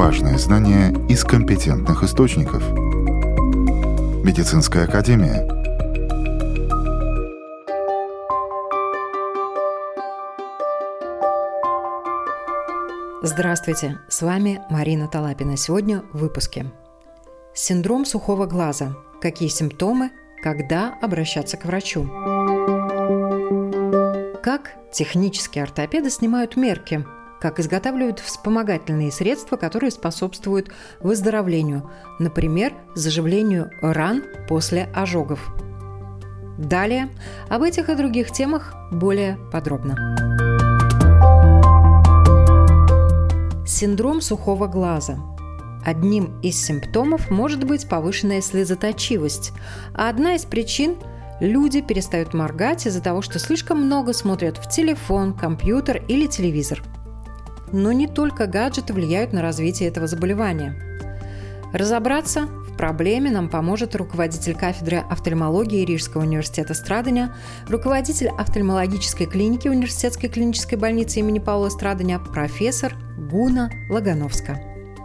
Важные знания из компетентных источников. Медицинская академия. Здравствуйте, с вами Марина Талапина. Сегодня в выпуске. Синдром сухого глаза. Какие симптомы? Когда обращаться к врачу? Как технические ортопеды снимают мерки? Как изготавливают вспомогательные средства, которые способствуют выздоровлению, например, заживлению ран после ожогов. Далее об этих и других темах более подробно. Синдром сухого глаза. Одним из симптомов может быть повышенная слезоточивость, а одна из причин – люди перестают моргать из-за того, что слишком много смотрят в телефон, компьютер или телевизор. Но не только гаджеты влияют на развитие этого заболевания. Разобраться в проблеме нам поможет руководитель кафедры офтальмологии Рижского университета Страдания, руководитель офтальмологической клиники Университетской клинической больницы имени Паула Страдания, профессор Гуна Лагановска.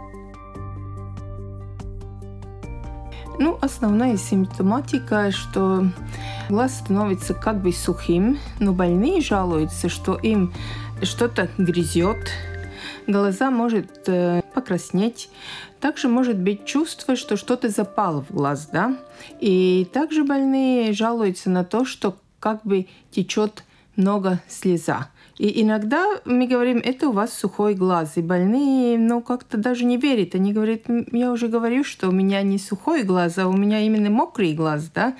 Основная симптоматика, что глаз становится как бы сухим, но больные жалуются, что им что-то грызет, глаза может покраснеть. Также может быть чувство, что что-то запало в глаз, да? И также больные жалуются на то, что как бы течет много слеза. И иногда мы говорим, это у вас сухой глаз. И больные, как-то даже не верят. Они говорят, я уже говорю, что у меня не сухой глаз, а у меня именно мокрый глаз, да?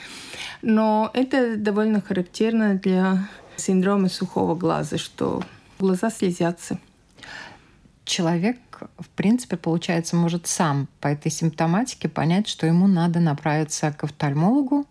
Но это довольно характерно для синдрома сухого глаза, что глаза слезятся. Человек, в принципе, получается, может сам по этой симптоматике понять, что ему надо направиться к офтальмологу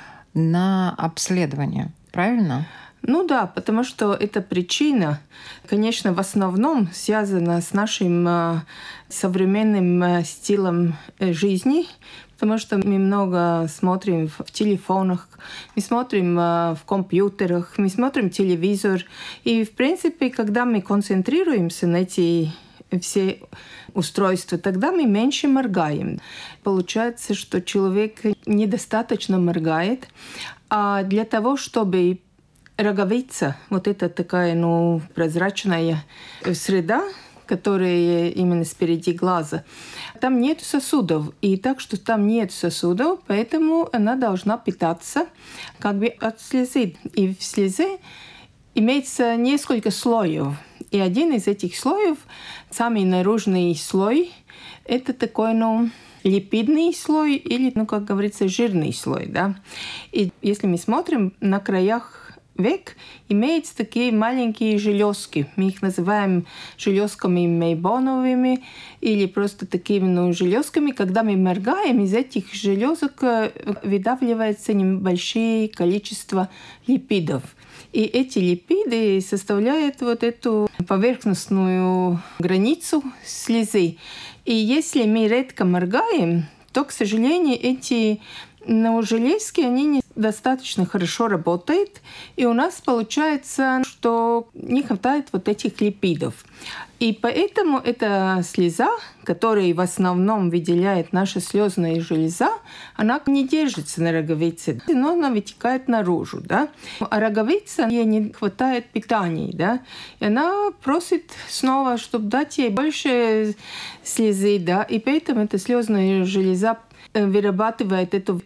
на обследование. Правильно? Да, потому что эта причина, конечно, в основном связана с нашим современным стилем жизни, потому что мы много смотрим в телефонах, мы смотрим в компьютерах, мы смотрим телевизор. И, в принципе, когда мы концентрируемся на эти все устройства, тогда мы меньше моргаем. Получается, что человек недостаточно моргает. А для того, чтобы роговица, вот это такая, прозрачная среда, которая именно спереди глаза, там нет сосудов. И так что там нет сосудов, поэтому она должна питаться как бы от слезы. И в слезе имеется несколько слоев. И один из этих слоев, самый наружный слой, это такой, липидный слой или, как говорится, жирный слой, да. И если мы смотрим на краях век, имеются такие маленькие железки. Мы их называем железками мейбоновыми или просто такими железками. Когда мы моргаем, из этих железок выдавливается небольшое количество липидов. И эти липиды составляют вот эту поверхностную границу слезы. И если мы редко моргаем, то, к сожалению, эти железки, они недостаточно хорошо работают, и у нас получается, что не хватает вот этих липидов. И поэтому эта слеза, которая в основном выделяет наша слезная железа, она не держится на роговице, но она вытекает наружу, да. А роговица, ей не хватает питания, да, и она просит снова, чтобы дать ей больше слезы, да, и поэтому эта слезная железа вырабатывает эту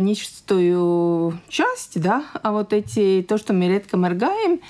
водянистую часть, да, а вот то, что мы редко моргаем,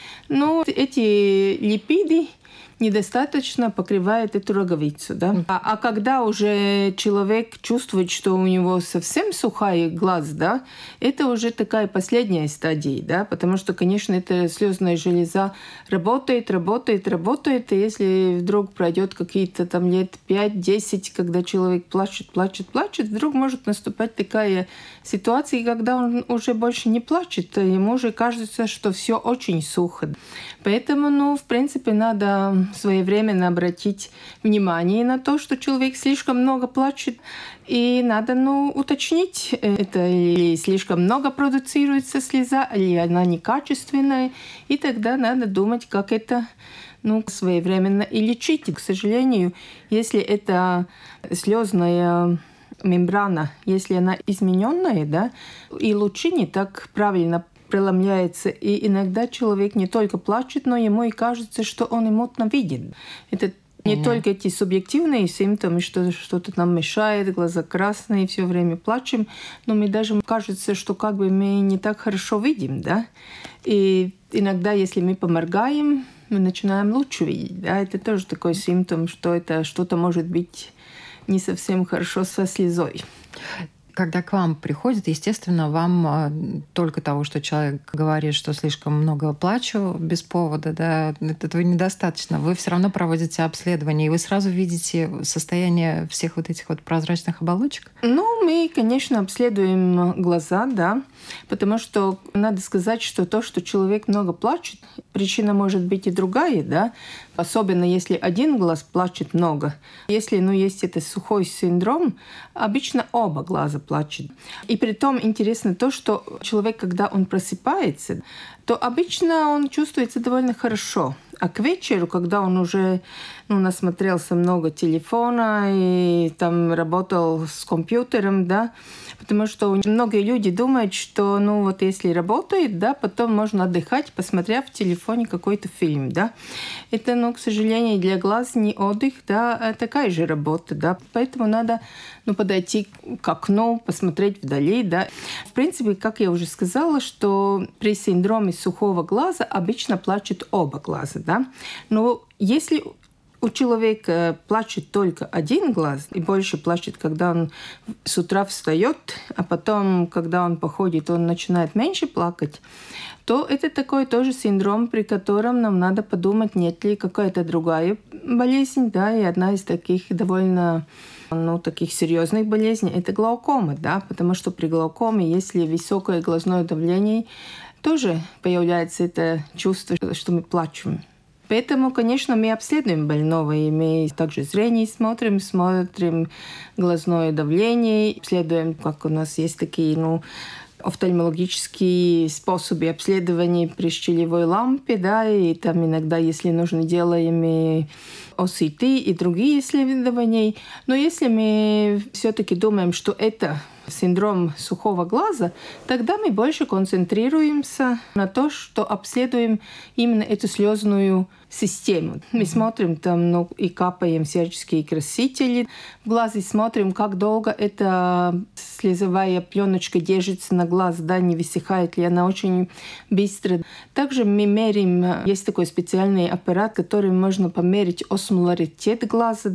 эти липиды недостаточно покрывает эту роговицу, да. А когда уже человек чувствует, что у него совсем сухой глаз, да, это уже такая последняя стадия, да, потому что, конечно, эта слезная железа работает, и если вдруг пройдет какие-то там лет 5-10, когда человек плачет, вдруг может наступать такая ситуация, когда он уже больше не плачет, ему уже кажется, что все очень сухо. Поэтому, в принципе, надо своевременно обратить внимание на то, что человек слишком много плачет, и надо уточнить, это или слишком много продуцируется слеза, или она некачественная, и тогда надо думать, как это своевременно и лечить. И, к сожалению, если это слезная мембрана, если она измененная, да, и лучи не так правильно преломляется, и иногда человек не только плачет, но ему и кажется, что он и мутно видит. Это не только эти субъективные симптомы, что что-то нам мешает, глаза красные, все время плачем, но мне даже кажется, что как бы мы не так хорошо видим, да. И иногда, если мы поморгаем, мы начинаем лучше видеть, да. Это тоже такой симптом, что это что-то может быть не совсем хорошо со слезой. Когда к вам приходит, естественно, вам только того, что человек говорит, что слишком много плачу без повода, да, этого недостаточно. Вы все равно проводите обследование, и вы сразу видите состояние всех вот этих вот прозрачных оболочек? Мы, конечно, обследуем глаза, да, потому что надо сказать, что то, что человек много плачет, причина может быть и другая, да, особенно если один глаз плачет много. Если, есть это сухой синдром, обычно оба глаза плачут. И при том интересно то, что человек, когда он просыпается, то обычно он чувствуется довольно хорошо. А к вечеру, когда он уже насмотрелся много телефона и там работал с компьютером, да, потому что многие люди думают, что если работает, да, потом можно отдыхать, посмотрев в телефоне какой-то фильм, да. Это, к сожалению, для глаз не отдых, да, а такая же работа, да. Поэтому надо подойти к окну, посмотреть вдали, да. В принципе, как я уже сказала, что при синдроме сухого глаза обычно плачут оба глаза, да. Но если у человека плачет только один глаз, и больше плачет, когда он с утра встает, а потом, когда он походит, он начинает меньше плакать, то это такой тоже синдром, при котором нам надо подумать, нет ли какая-то другая болезнь, да, и одна из таких довольно таких серьезных болезней – это глаукома, да, потому что при глаукоме, если высокое глазное давление, тоже появляется это чувство, что мы плачем. Поэтому, конечно, мы обследуем больного, и мы также зрение смотрим глазное давление, обследуем, как у нас есть такие, офтальмологические способы обследования при щелевой лампе, да, и там иногда, если нужно, делаем и ОСТ и другие исследования. Но если мы все-таки думаем, что это синдром сухого глаза, тогда мы больше концентрируемся на то, что обследуем именно эту слезную систему. Мы смотрим там, и капаем всяческие красители в глаз, и смотрим, как долго эта слезовая пленочка держится на глаз, да, не высыхает ли она очень быстро. Также мы меряем, есть такой специальный аппарат, который можно померить осмоларитет глаза,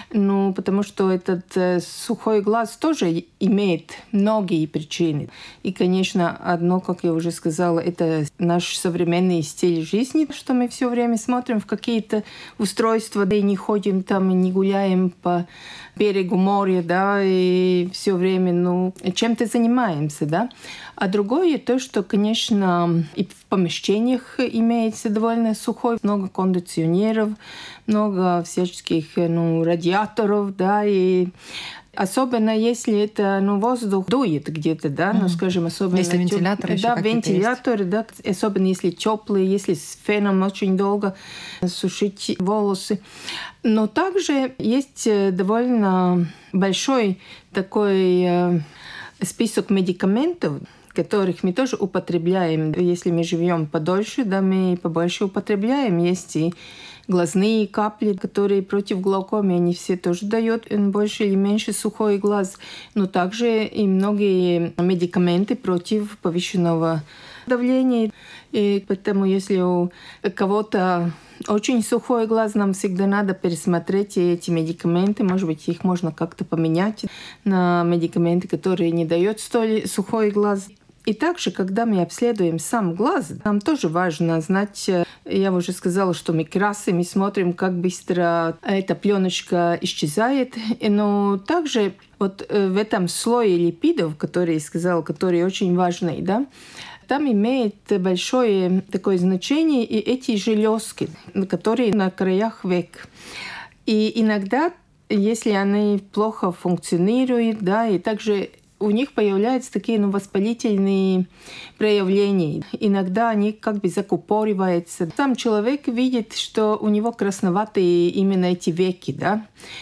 потому что этот сухой глаз тоже имеет многие причины. И, конечно, одно, как я уже сказала, это наш современный стиль жизни, что мы все время смотрим в какие-то устройства, да и не ходим там, и не гуляем по берегу моря, да, и все время, чем-то занимаемся, да. А другое то, что, конечно, и в помещениях имеется довольно сухой, много кондиционеров, много всяческих, радиаторов, да, и особенно если это воздух дует где-то, да, скажем, особенно если вентилятор еще какие-то вентилятор, есть. Да, особенно если теплые, если с феном очень долго сушить волосы. Но также есть довольно большой такой список медикаментов, которых мы тоже употребляем. Если мы живем подольше, да, мы побольше употребляем. Есть и глазные капли, которые против глаукомы, они все тоже дают больше или меньше сухой глаз. Но также и многие медикаменты против повышенного давления. И поэтому, если у кого-то очень сухой глаз, нам всегда надо пересмотреть эти медикаменты. Может быть, их можно как-то поменять на медикаменты, которые не дают столь сухой глаз. И также, когда мы обследуем сам глаз, нам тоже важно знать, я уже сказала, что мы красим, мы смотрим, как быстро эта пленочка исчезает. Но также вот в этом слое липидов, который я сказала, который очень важный, да, там имеет большое такое значение и эти железки, которые на краях век. И иногда, если они плохо функционируют, да, и также у них появляются такие воспалительные проявления. Иногда они как бы закупориваются. Там человек видит, что у него красноватые именно эти веки, да.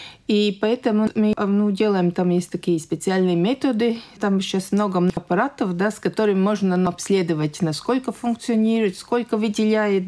И поэтому мы делаем, там есть такие специальные методы, там сейчас много аппаратов, да, с которыми можно обследовать, насколько функционирует, сколько выделяет.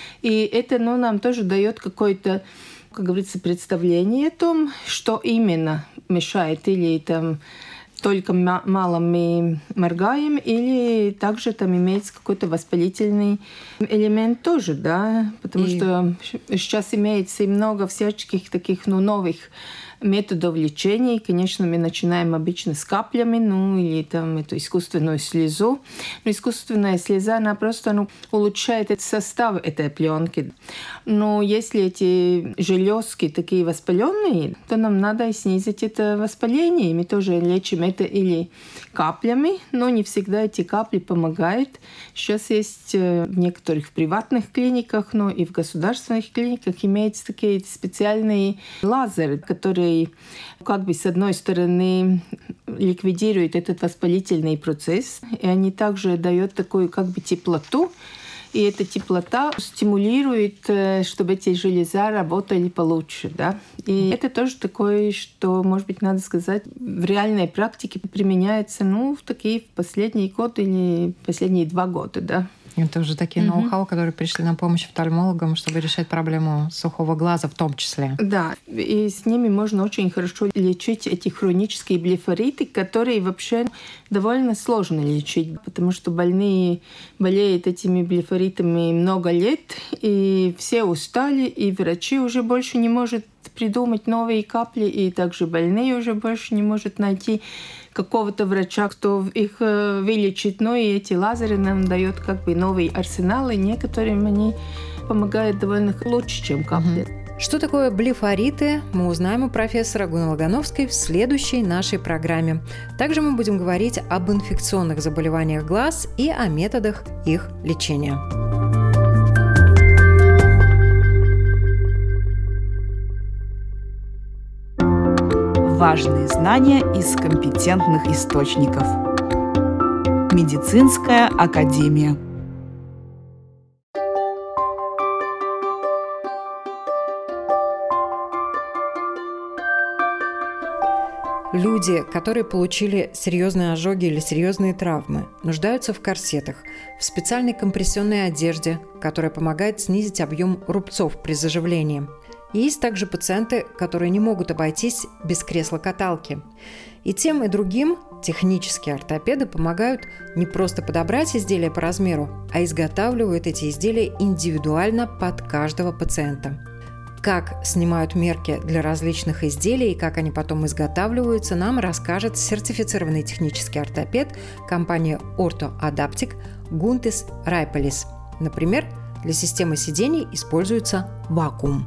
И это нам тоже дает какое-то, как говорится, представление о том, что именно мешает, или там только мало мы моргаем, или также там имеется какой-то воспалительный элемент тоже, да, потому что сейчас имеется и много всяческих таких новых методов лечения. Конечно, мы начинаем обычно с каплями, или там эту искусственную слезу. Но искусственная слеза, она просто улучшает этот состав этой пленки. Но если эти железки такие воспаленные, то нам надо снизить это воспаление. И мы тоже лечим это или каплями, но не всегда эти капли помогают. Сейчас есть в некоторых приватных клиниках, но и в государственных клиниках имеются такие специальные лазеры, которые как бы с одной стороны ликвидируют этот воспалительный процесс, и они также дают такую как бы теплоту, и эта теплота стимулирует, чтобы эти железа работали получше, да. И это тоже такое, что, может быть, надо сказать, в реальной практике применяется, в такие последние годы или последние 2 года, да. Это уже такие ноу-хау, которые пришли на помощь офтальмологам, чтобы решать проблему сухого глаза в том числе. Да, и с ними можно очень хорошо лечить эти хронические блефориты, которые вообще довольно сложно лечить, потому что больные болеют этими блефоритами много лет, и все устали, и врачи уже больше не могут придумать новые капли, и также больные уже больше не могут найти какого-то врача, кто их вылечит. Но и эти лазеры нам дают как бы новый арсенал, и некоторым они помогают довольно лучше, чем капли. Что такое блефориты, мы узнаем у профессора Гуны Логановской в следующей нашей программе. Также мы будем говорить об инфекционных заболеваниях глаз и о методах их лечения. Важные знания из компетентных источников. Медицинская академия. Люди, которые получили серьезные ожоги или серьезные травмы, нуждаются в корсетах, в специальной компрессионной одежде, которая помогает снизить объем рубцов при заживлении. Есть также пациенты, которые не могут обойтись без кресла-каталки. И тем, и другим технические ортопеды помогают не просто подобрать изделия по размеру, а изготавливают эти изделия индивидуально под каждого пациента. Как снимают мерки для различных изделий и как они потом изготавливаются, нам расскажет сертифицированный технический ортопед компании Ortho Adaptic Guntis Raipalis. Например, для системы сидений используется вакуум.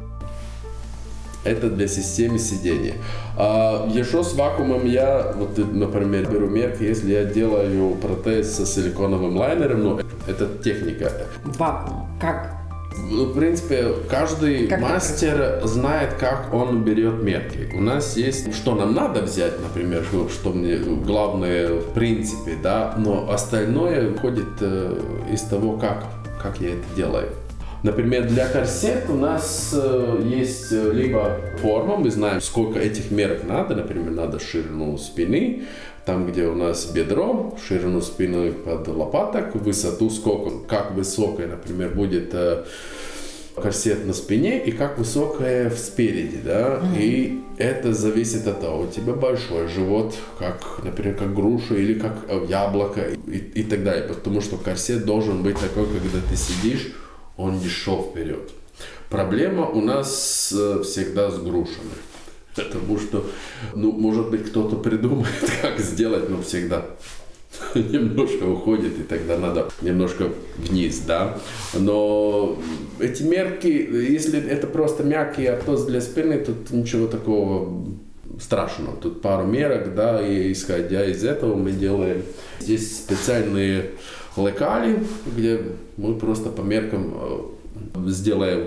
Это для системы сидения. Еще с вакуумом я, например, беру мерки, если я делаю протез со силиконовым лайнером, это техника. Вакуум. Как? В принципе, каждый мастер знает, как он берет мерки. У нас есть, что нам надо взять, например, что мне главное в принципе, да, но остальное входит из того, как я это делаю. Например, для корсет у нас есть либо форма, мы знаем, сколько этих мерок надо, например, надо ширину спины, там, где у нас бедро, ширину спины под лопаток, высоту сколько, как высокая, например, будет корсет на спине и как высокая спереди, да, и это зависит от того, у тебя большой живот, как, например, как груша или как яблоко и так далее, потому что корсет должен быть такой, когда ты сидишь, он не шел вперед. Проблема у нас всегда с грушами. Потому что, может быть, кто-то придумает, как сделать, но всегда немножко уходит, и тогда надо немножко вниз, да. Но эти мерки, если это просто мягкий ортоз для спины, тут ничего такого страшного. Тут пару мерок, да, и исходя из этого мы делаем. Здесь специальные лекали, где мы просто по меркам сделаем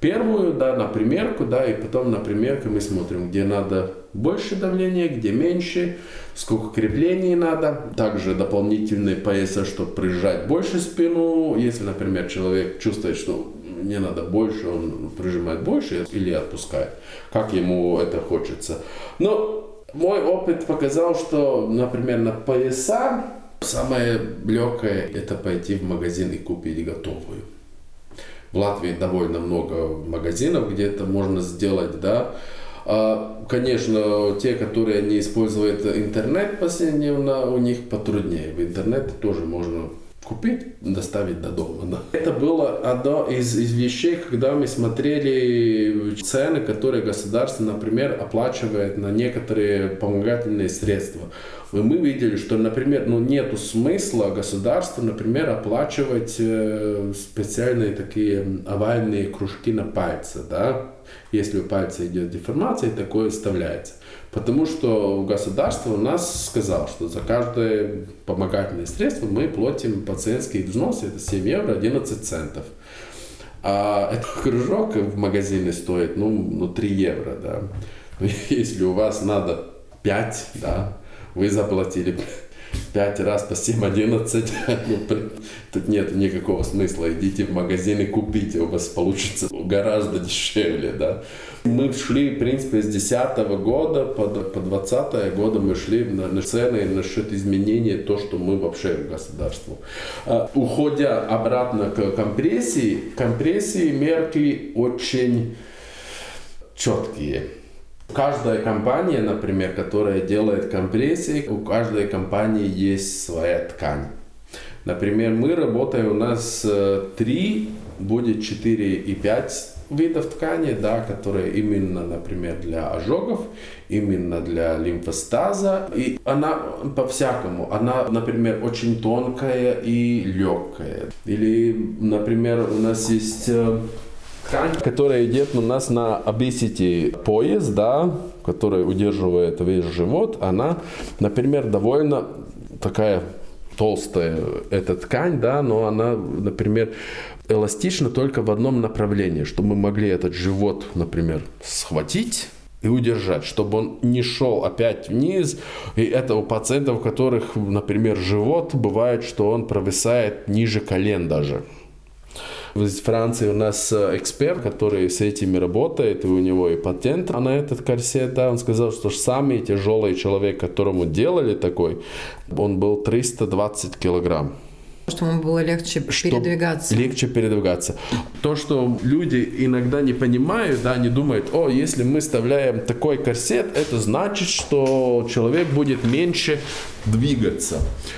первую, да, на примерку, да, и потом на примерку мы смотрим, где надо больше давления, где меньше, сколько креплений надо. Также дополнительные пояса, чтобы прижать больше спину. Если, например, человек чувствует, что мне надо больше, он прижимает больше или отпускает, как ему это хочется. Но мой опыт показал, что, например, на пояса самое легкое – это пойти в магазин и купить готовую. В Латвии довольно много магазинов, где это можно сделать, да. Конечно, те, которые не используют интернет повседневно, у них потруднее. В интернете тоже можно купить, доставить до дома. Да. Это было одно из вещей, когда мы смотрели цены, которые государство, например, оплачивает на некоторые вспомогательные средства. И мы видели, что, например, нету смысла государству, например, оплачивать специальные такие овальные кружки на пальце, да. Если у пальца идет деформация, такое вставляется. Потому что государство у нас сказало, что за каждое вспомогательное средство мы платим пациентские взносы, это 7 евро 11 центов. А этот кружок в магазине стоит 3 евро. Да. Если у вас надо 5, да, вы заплатили 5 раз по 7-11, тут нет никакого смысла. Идите в магазин и купите, у вас получится гораздо дешевле. Да. Мы шли, в принципе, с 2010 года по 2020 года мы шли на цены насчет изменения то, что мы вообще государству. Уходя обратно к компрессии мерки очень четкие. Каждая компания, например, которая делает компрессии, у каждой компании есть своя ткань. Например, мы работаем, у нас 3, будет 4 и 5 видов ткани, да, которые именно, например, для ожогов, именно для лимфостаза. И она по-всякому. Она, например, очень тонкая и легкая. Или, например, у нас есть ткань, которая идет у нас на obesity пояс, да, который удерживает весь живот. Она, например, довольно такая толстая эта ткань, да, но она, например, эластична только в одном направлении, чтобы мы могли этот живот, например, схватить и удержать, чтобы он не шел опять вниз. И это у пациентов, у которых, например, живот, бывает, что он провисает ниже колен даже. В Франции у нас эксперт, который с этими работает, и у него и патент на этот корсет, да, он сказал, что самый тяжелый человек, которому делали такой, он был 320 килограмм. Чтобы ему было легче передвигаться. То, что люди иногда не понимают, да, они думают, если мы вставляем такой корсет, это значит, что человек будет меньше двигаться.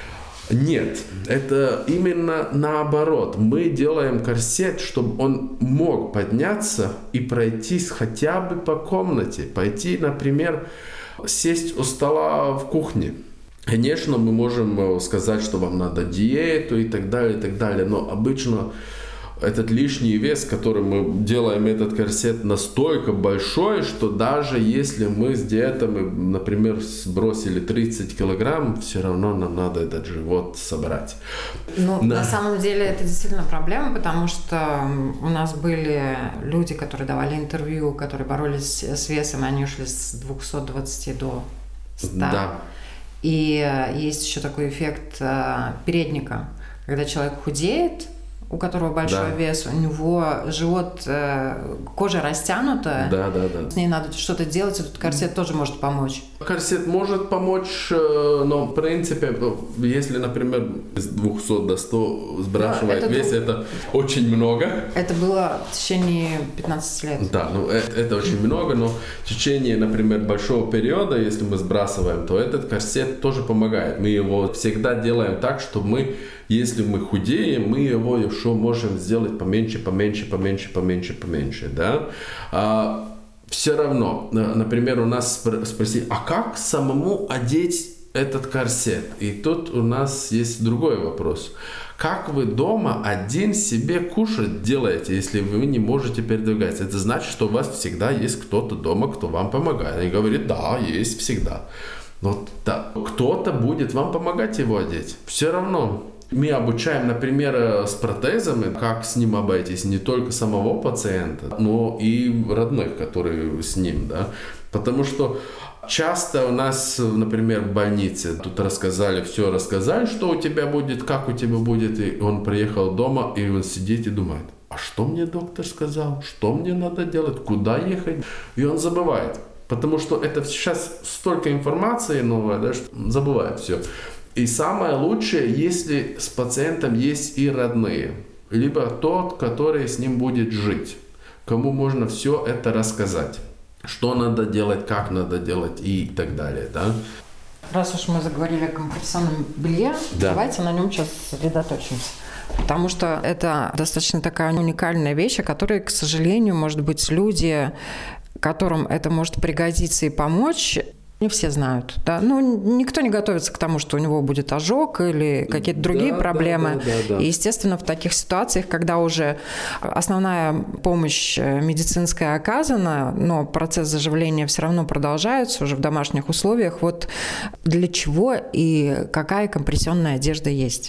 Нет, это именно наоборот. Мы делаем корсет, чтобы он мог подняться и пройтись хотя бы по комнате. Пойти, например, сесть у стола в кухне. Конечно, мы можем сказать, что вам надо диету и так далее, но обычно этот лишний вес, который мы делаем этот корсет, настолько большой, что даже если мы с диетами, например, сбросили 30 килограмм, все равно нам надо этот живот собрать. На самом деле это действительно проблема, потому что у нас были люди, которые давали интервью, которые боролись с весом, они ушли с 220 до 100. Да. И есть еще такой эффект передника, когда человек худеет, у которого большой вес, у него живот, кожа растянутая, с ней надо что-то делать, этот корсет тоже может помочь. Корсет может помочь, но в принципе, если, например, с 200 до 100 сбрасывает вес, это очень много. Это было в течение 15 лет. Да, это очень много, но в течение, например, большого периода, если мы сбрасываем, то этот корсет тоже помогает. Мы его всегда делаем так, что если мы худеем, мы его еще можем сделать поменьше, да. Все равно, например, у нас спросили, а как самому одеть этот корсет? И тут у нас есть другой вопрос. Как вы дома один себе кушать делаете, если вы не можете передвигаться? Это значит, что у вас всегда есть кто-то дома, кто вам помогает. Они говорят, да, есть всегда. Но да, кто-то будет вам помогать его одеть. Все равно. Мы обучаем, например, с протезами, как с ним обойтись не только самого пациента, но и родных, которые с ним, да. Потому что часто у нас, например, в больнице тут рассказали, что у тебя будет, как у тебя будет, и он приехал дома, и он сидит и думает, а что мне доктор сказал, что мне надо делать, куда ехать, и он забывает. Потому что это сейчас столько информации новой, да, что забывает все. И самое лучшее, если с пациентом есть и родные, либо тот, который с ним будет жить, кому можно все это рассказать, что надо делать, как надо делать и так далее. Да? Раз уж мы заговорили о компрессионном белье, давайте на нем сейчас сосредоточимся. Потому что это достаточно такая уникальная вещь, о которой, к сожалению, может быть, люди, которым это может пригодиться и помочь, не все знают. Да? Ну, никто не готовится к тому, что у него будет ожог или какие-то другие проблемы. Да. И, естественно, в таких ситуациях, когда уже основная помощь медицинская оказана, но процесс заживления все равно продолжается уже в домашних условиях, вот для чего и какая компрессионная одежда есть?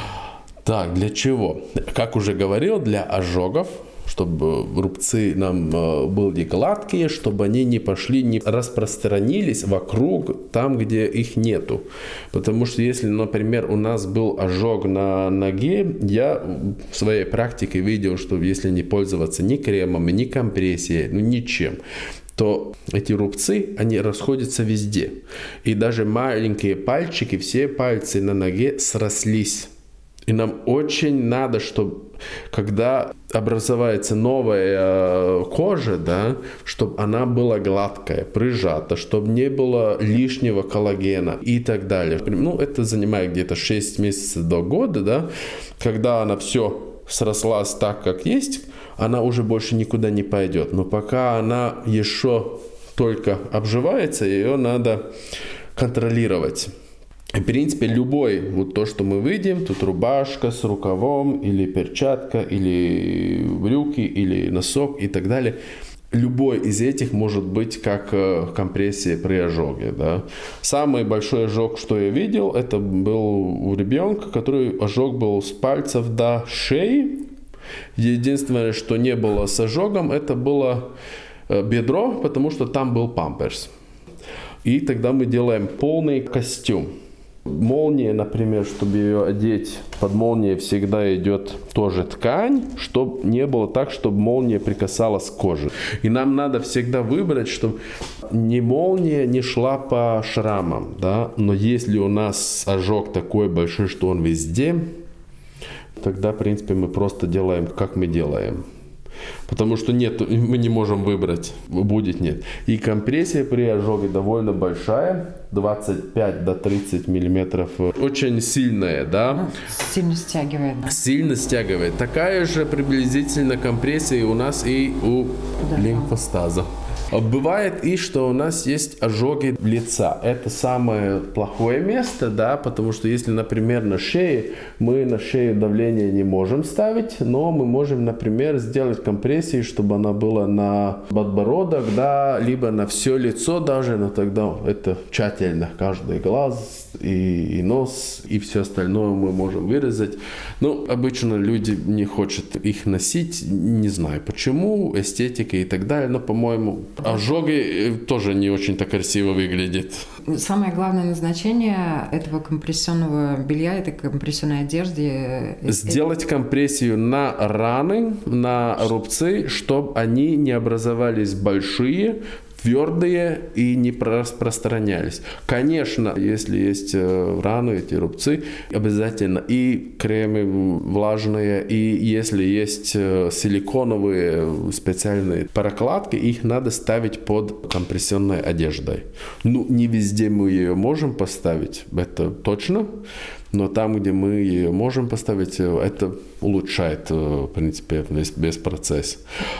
Так, для чего? Как уже говорил, для ожогов, чтобы рубцы нам были гладкие, чтобы они не пошли, не распространились вокруг там, где их нету. Потому что если, например, у нас был ожог на ноге, я в своей практике видел, что если не пользоваться ни кремом, ни компрессией, ничем, то эти рубцы, они расходятся везде. И даже маленькие пальчики, все пальцы на ноге срослись. И нам очень надо, чтобы когда образуется новая кожа, да, чтобы она была гладкая, прижата, чтобы не было лишнего коллагена и так далее. Ну, это занимает где-то 6 месяцев до года, да, когда она все срослась так, как есть, она уже больше никуда не пойдет. Но пока она еще только обживается, ее надо контролировать. В принципе, любой, вот то, что мы видим, тут рубашка с рукавом, или перчатка, или брюки, или носок и так далее, любой из этих может быть как компрессия при ожоге. Да. Самый большой ожог, что я видел, это был у ребенка, который ожог был с пальцев до шеи. Единственное, что не было с ожогом, это было бедро, потому что там был памперс. И тогда мы делаем полный костюм. Молния, например, чтобы ее одеть, под молнией всегда идет тоже ткань, чтобы не было так, чтобы молния прикасалась к коже. И нам надо всегда выбрать, чтобы ни молния не шла по шрамам, да? Но если у нас ожог такой большой, что он везде, тогда, в принципе, мы просто делаем, как мы делаем. Потому что нет, мы не можем выбрать, будет нет. И компрессия при ожоге довольно большая, 25 до 30 миллиметров. Очень сильная, да? Сильно стягивает. Да? Сильно стягивает. Такая же приблизительно компрессия у нас и у лимфостаза. Бывает и, что у нас есть ожоги лица. Это самое плохое место, да, потому что если, например, на шее, мы на шею давление не можем ставить, но мы можем, например, сделать компрессию, чтобы она была на подбородок, да, либо на все лицо даже, но тогда это тщательно, каждый глаз и нос, и все остальное мы можем вырезать. Но обычно люди не хотят их носить, не знаю почему, эстетика и так далее, но, по-моему, ожоги тоже не очень-то красиво выглядят. Самое главное назначение этого компрессионного белья, этой компрессионной одежды... Сделать компрессию на раны, на рубцы, чтобы они не образовались большие, твердые и не распространялись. Конечно, если есть раны, эти рубцы, обязательно и кремы влажные, и если есть силиконовые специальные прокладки, их надо ставить под компрессионной одеждой. Ну, не везде мы ее можем поставить, это точно, но там, где мы ее можем поставить, это улучшает, в принципе, весь процесс.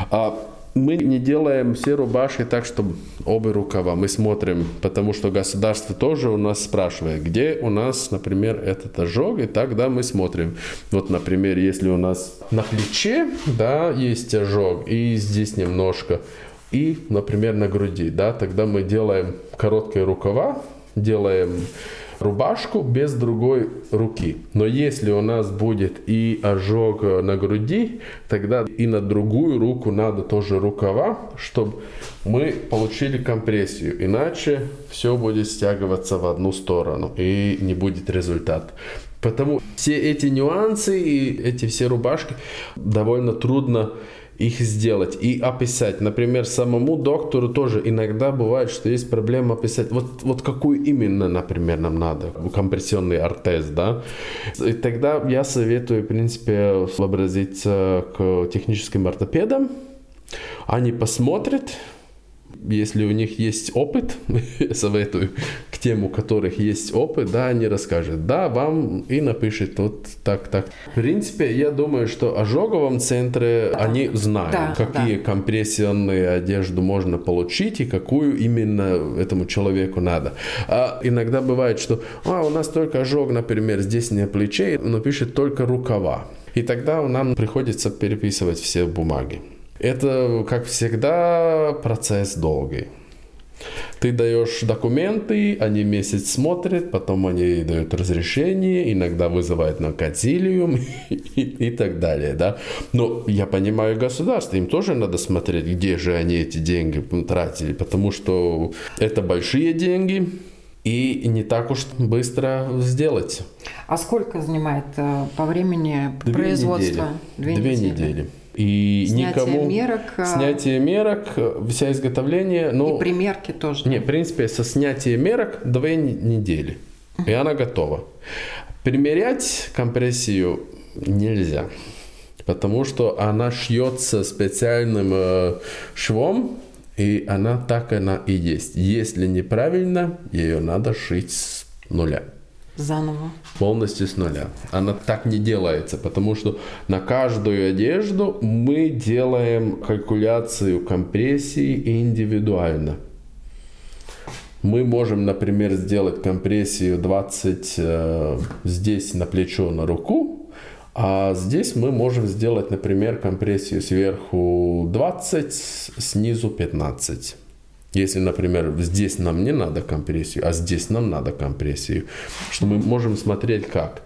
Мы не делаем все рубашки так, чтобы оба рукава. Мы смотрим, потому что государство тоже у нас спрашивает, где у нас, например, этот ожог, и тогда мы смотрим. Вот, например, если у нас на плече, да, есть ожог, и здесь немножко, и, например, на груди, да, тогда мы делаем короткие рукава, делаем рубашку без другой руки. Но если у нас будет и ожог на груди, тогда и на другую руку надо тоже рукава, чтобы мы получили компрессию. Иначе все будет стягиваться в одну сторону и не будет результата. Потому все эти нюансы и эти все рубашки довольно трудно их сделать и описать. Например, самому доктору тоже иногда бывает, что есть проблема описать, вот какую именно, например, нам надо, компрессионный ортез, да. И тогда я советую, в принципе, обратиться к техническим ортопедам. Они посмотрят, если у них есть опыт, советую к тем, у которых есть опыт, да, они расскажут, да, вам и напишут вот так. В принципе, я думаю, что в ожоговом центре они знают, какие компрессионные одежды можно получить и какую именно этому человеку надо. А иногда бывает, что у нас только ожог, например, здесь не плечей, но пишет только рукава. И тогда нам приходится переписывать все бумаги. Это, как всегда, процесс долгий. Ты даешь документы, они месяц смотрят, потом они дают разрешение, иногда вызывают на консилиум и так далее. Да? Но я понимаю государство, им тоже надо смотреть, где же они эти деньги тратили, потому что это большие деньги. И не так уж быстро сделать. А сколько занимает по времени производства? 2 недели. И снятие мерок, вся изготовление. И примерки тоже. Нет, в принципе, со снятием мерок 2 недели. И она готова. Примерять компрессию нельзя. Потому что она шьется специальным швом. И она и есть. Если неправильно, ее надо шить с нуля. Заново. Полностью с нуля. Она так не делается, потому что на каждую одежду мы делаем калькуляцию компрессии индивидуально. Мы можем, например, сделать компрессию 20 здесь на плечо, на руку. А здесь мы можем сделать, например, компрессию сверху 20, снизу 15. Если, например, здесь нам не надо компрессию, а здесь нам надо компрессию, что мы можем смотреть как.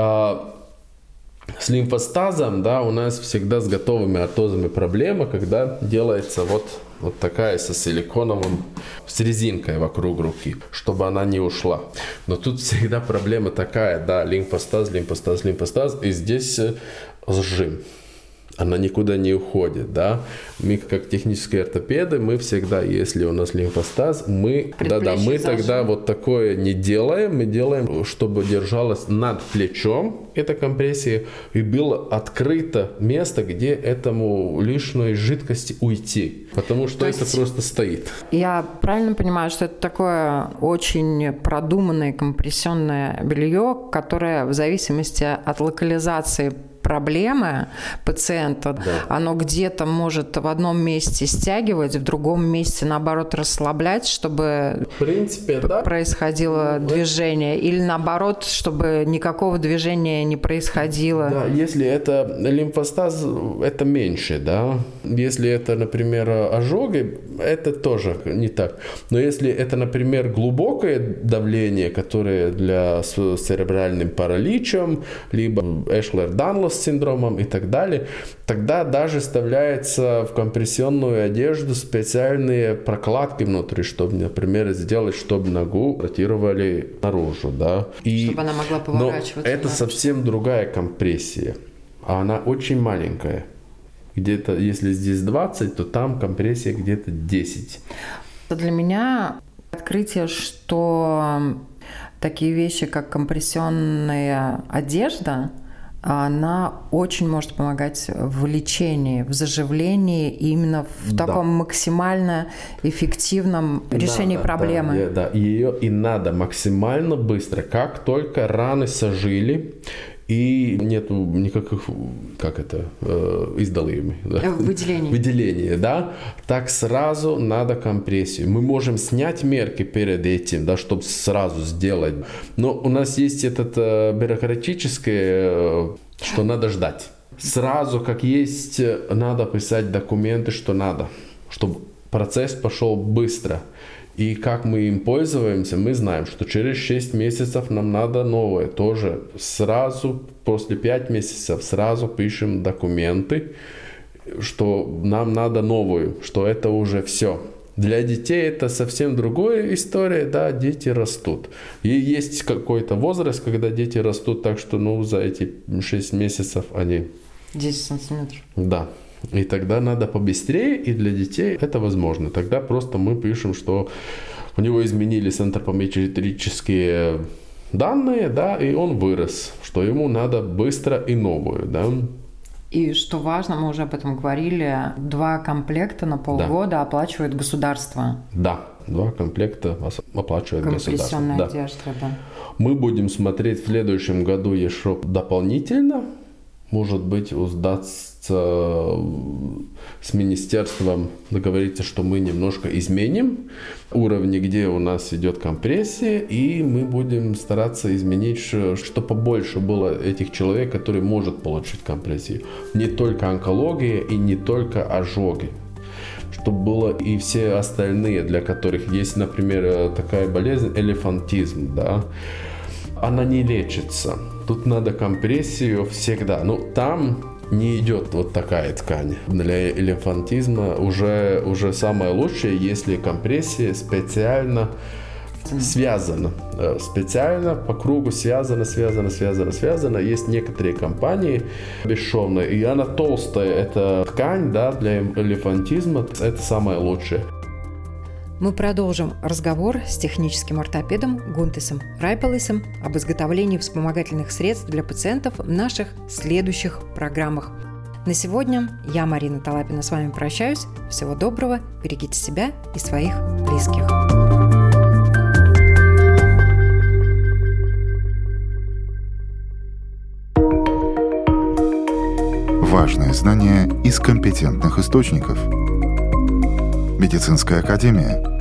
С лимфостазом, да, у нас всегда с готовыми ортозами проблема, когда делается вот такая со силиконовым, с резинкой вокруг руки, чтобы она не ушла. Но тут всегда проблема такая, да, лимфостаз, и здесь сжим. Она никуда не уходит, да. Мы, как технические ортопеды, мы всегда, если у нас лимфостаз, мы тогда вот такое не делаем. Мы делаем, чтобы держалась над плечом эта компрессия и было открыто место, где этому лишней жидкости уйти. Потому что это просто стоит. Я правильно понимаю, что это такое очень продуманное компрессионное белье, которое в зависимости от локализации проблемы пациента, да. Оно где-то может в одном месте стягивать, в другом месте, наоборот, расслаблять, чтобы в принципе, происходило движение, или наоборот, чтобы никакого движения не происходило. Да, если это лимфостаз, это меньше, да. Если это, например, ожоги, это тоже не так. Но если это, например, глубокое давление, которое с церебральным параличем, либо Эшлер-Данлос синдромом и так далее, тогда даже вставляется в компрессионную одежду специальные прокладки внутри, чтобы, например, сделать, чтобы ногу ротировали наружу, да. Чтобы она могла поворачиваться. Но это совсем другая компрессия, а она очень маленькая. Где-то, если здесь 20, то там компрессия где-то 10. Для меня открытие, что такие вещи, как компрессионная одежда, она очень может помогать в лечении, в заживлении, именно в таком максимально эффективном решении проблемы. Да, ее и надо максимально быстро, как только раны сожили, и нету никаких, выделения, да, так сразу надо компрессию. Мы можем снять мерки перед этим, да, чтобы сразу сделать. Но у нас есть это бюрократическое, что надо ждать. Сразу, как есть, надо писать документы, что надо, чтобы процесс пошел быстро. И как мы им пользуемся, мы знаем, что через 6 месяцев нам надо новое. Тоже сразу, после 5 месяцев, сразу пишем документы, что нам надо новую, что это уже все. Для детей это совсем другая история, да, дети растут. И есть какой-то возраст, когда дети растут так, что, за эти 6 месяцев они... 10 сантиметров. Да. И тогда надо побыстрее, и для детей это возможно. Тогда просто мы пишем, что у него изменились антропометрические данные, да, и он вырос, что ему надо быстро и новую, да. И что важно, мы уже об этом говорили, 2 комплекта на полгода оплачивает государство. Да, 2 комплекта оплачивает государство. Компрессионная одежда, да. Мы будем смотреть в следующем году еще дополнительно. Может быть, удастся с министерством договориться, что мы немножко изменим уровни, где у нас идет компрессия, и мы будем стараться изменить, что побольше было этих человек, которые могут получить компрессию. Не только онкология и не только ожоги. Чтобы было и все остальные, для которых есть, например, такая болезнь, элефантизм, да. Она не лечится. Тут надо компрессию всегда. Там не идет вот такая ткань. Для элефантизма уже самое лучшее, если компрессия специально связана. Специально по кругу связана. Есть некоторые компании бесшовные, и она толстая. Эта ткань, да, для элефантизма это самое лучшее. Мы продолжим разговор с техническим ортопедом Гунтисом Райпалисом об изготовлении вспомогательных средств для пациентов в наших следующих программах. На сегодня я, Марина Талапина, с вами прощаюсь. Всего доброго, берегите себя и своих близких. Важные знания из компетентных источников. Медицинская академия.